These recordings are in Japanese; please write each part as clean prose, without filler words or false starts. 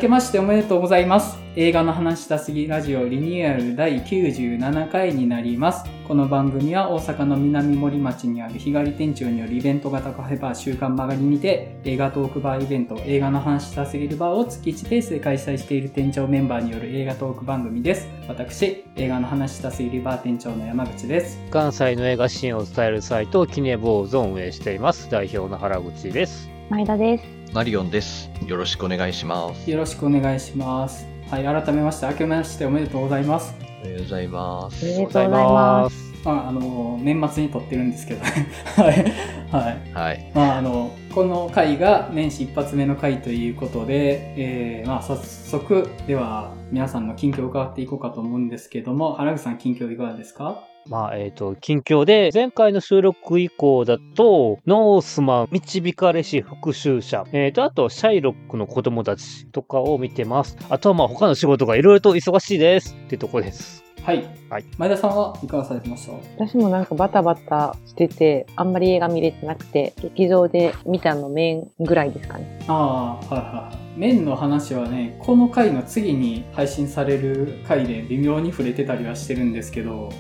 ましておめでとうございます。映画の話したすぎラジオリニューアル第97回になります。この番組は大阪の南森町にある日帰り店長によるイベント型カフェバー週刊曲がりにて映画トークバーイベント映画の話したすぎるバーを月1ペースで開催している店長メンバーによる映画トーク番組です。私、映画の話したすぎるバー店長の山口です。 関西の映画シーンを伝えるサイトキネボーズを運営しています。代表の原口です。 前田です。 マリオンです。よろしくお願いします。 よろしくお願いします。はい、改めまして明けましておめでとうございます。 おめでとうございます。 おめでとうございます。 年末に撮ってるんですけどね。はい。はい。 はい。 この回が年始一発目の回ということで、早速、では皆さんの近況を伺っていこうかと思うんですけども、原口さん近況いかがですか？ 近況で、前回の収録以降だと、ノースマン、導かれし復讐者、あと、シャイロックの子供たちとかを見てます。あとは他の仕事がいろいろと忙しいですってとこです。 はい。はい。前田さんはいかがされてました？ 私もなんかバタバタしてて、あんまり映画見れてなくて、劇場で見たの面ぐらいですかね。 はいはい。面の話はね、この回の次に配信される回で微妙に触れてたりはしてるんですけど、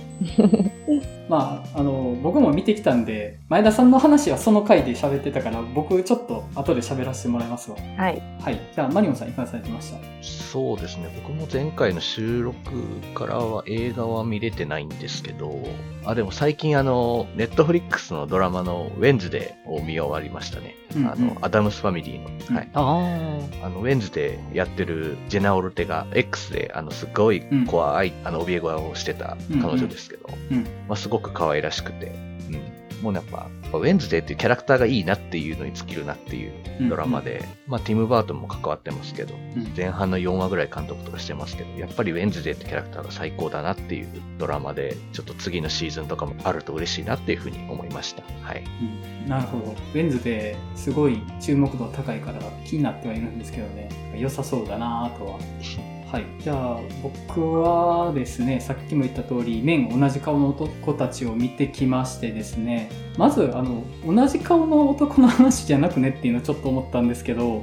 僕も見てきたんで、前田さんの話はその回で喋ってたから、僕ちょっと後で喋らせてもらいますわ。 はい。 はい。じゃあ、マリオンさんいかがされてました？ そうですね。僕も前回の収録からは映画は見れてないんですけど、でも最近ネットフリックスのドラマのウェンズデーを見終わりましたね。アダムスファミリーの。はい。ウェンズデーやってるジェナ・オルテが X ですごい怖い、怯え声をしてた彼女ですけど、すごく可愛らしくて、もうやっぱウェンズデーっていうキャラクターがいいなっていうのに尽きるなっていうドラマで、ティム・バートンも関わってますけど、前半の4話ぐらい監督とかしてますけど、やっぱりウェンズデーってキャラクターが最高だなっていうドラマで、ちょっと次のシーズンとかもあると嬉しいなっていうふうに思いました。はい。 なるほど。ウェンズデーすごい注目度高いから気になってはいるんですけどね、良さそうだなとは。はい。じゃあ、僕はですね、さっきも言った通り、同じ顔の男たちを見てきましてですね、まず、同じ顔の男の話じゃなくねっていうのをちょっと思ったんですけど、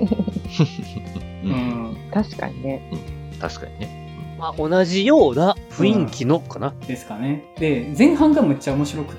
確かにね。 確かにね。 同じような雰囲気のかな、 ですかね。で、前半がめっちゃ面白くって、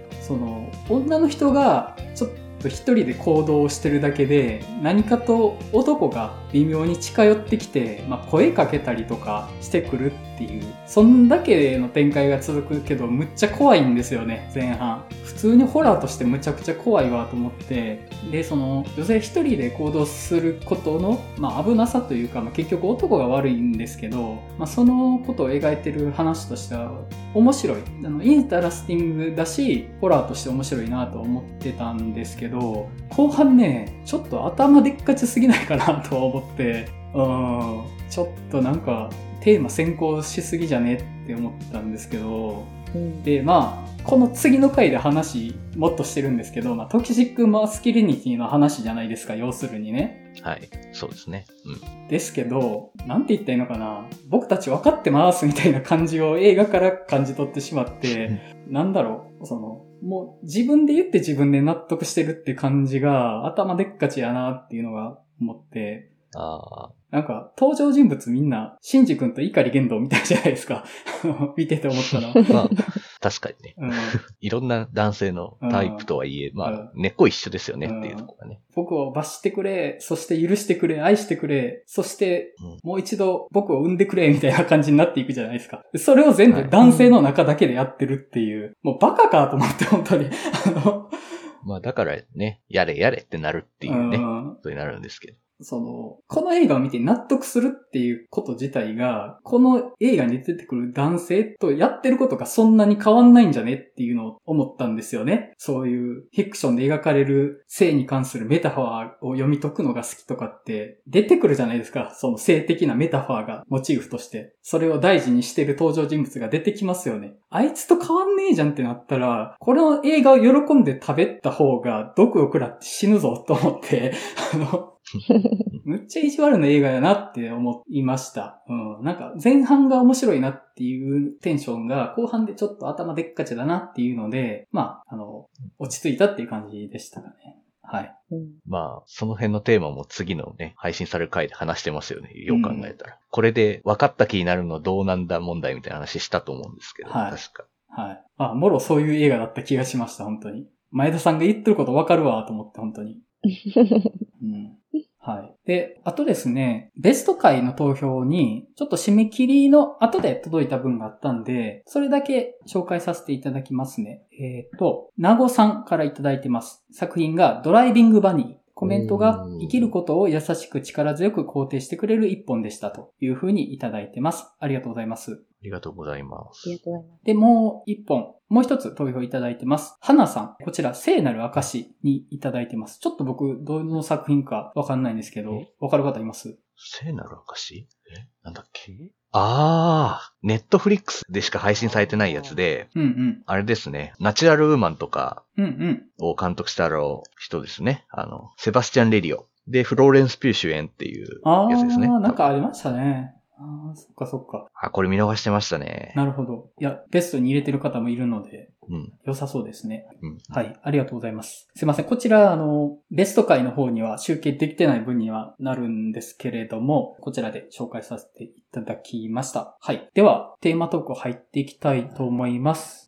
女の人がちょっと一人で行動をしてるだけで何かと男が微妙に近寄ってきて、声かけたりとかしてくるっていう、そんだけの展開が続くけどむっちゃ怖いんですよね。前半普通にホラーとしてむちゃくちゃ怖いわと思って、で女性一人で行動することの、危なさというか、結局男が悪いんですけど、そのことを描いてる話としては面白い、インタラスティングだしホラーとして面白いなと思ってたんですけど、後半ねちょっと頭でっかちすぎないかなと思って、ちょっとなんかテーマ先行しすぎじゃねって思ったんですけど、でこの次の回で話もっとしてるんですけど、トキシックマスキリニティの話じゃないですか、要するにね。 はい、そうですね。 ですけど、なんて言ったらいいのかな、僕たち分かってますみたいな感じを映画から感じ取ってしまって、なんだろう、もう自分で言って自分で納得してるって感じが頭でっかちやなっていうのが思って、なんか登場人物みんなシンジ君と碇玄道みたいじゃないですか。見てて思ったの。 確かにね。いろんな男性のタイプとはいえ、根っこ一緒ですよねっていうところがね。 僕を罰してくれ、そして許してくれ、愛してくれ、そしてもう一度僕を産んでくれみたいな感じになっていくじゃないですか。それを全部男性の中だけでやってるっていう、もうバカかと思って本当に。 だからね、やれやれってなるっていうね、ことになるんですけど。 この映画を見て納得するっていうこと自体が、この映画に出てくる男性とやってることがそんなに変わんないんじゃねっていうのを思ったんですよね。そういうフィクションで描かれる性に関するメタファーを読み解くのが好きとかって出てくるじゃないですか。その性的なメタファーがモチーフとして。それを大事にしてる登場人物が出てきますよね。あいつと変わんねえじゃんってなったら、この映画を喜んで食べた方が毒を食らって死ぬぞと思って、むっちゃ意地悪な映画やなって思いました。なんか前半が面白いなっていうテンションが後半でちょっと頭でっかちだなっていうので、落ち着いたっていう感じでしたかね。 はい。 まあ、その辺のテーマも次のね、配信される回で話してますよね。よう考えたら。これで分かった気になるのどうなんだ問題みたいな話したと思うんですけど、 はい、 確か。 はい。あ、もろそういう映画だった気がしました、本当に。前田さんが言ってること分かるわ、と思って、本当に。うん。はい。で、あとですね、ベスト回の投票に、ちょっと締め切りの後で届いた分があったんで、それだけ紹介させていただきますね。なごさんからいただいてます。作品がドライビングバニー。コメントが生きることを優しく力強く肯定してくれる一本でしたというふうにいただいてます。ありがとうございます。 ありがとうございます。 ありがとうございます。 で、もう一つ投票いただいてます。花さん。こちら、聖なる証にいただいてます。ちょっと僕、どの作品かわかんないんですけど、わかる方います？ 聖なる証？なんだっけ？ネットフリックスでしか配信されてないやつで、あれですね、ナチュラルウーマンとかを監督した人ですね。セバスチャン・レリオ。で、フローレンス・ピュー主演っていうやつですね。 なんかありましたね。そっかそっか。 これ見逃してましたね。 なるほど。いや、ベストに入れてる方もいるので、良さそうですね。はい、ありがとうございます。すいません。こちら、ベスト回の方には集計できてない分にはなるんですけれども、こちらで紹介させていただきました。はい。では、テーマトーク入っていきたいと思います。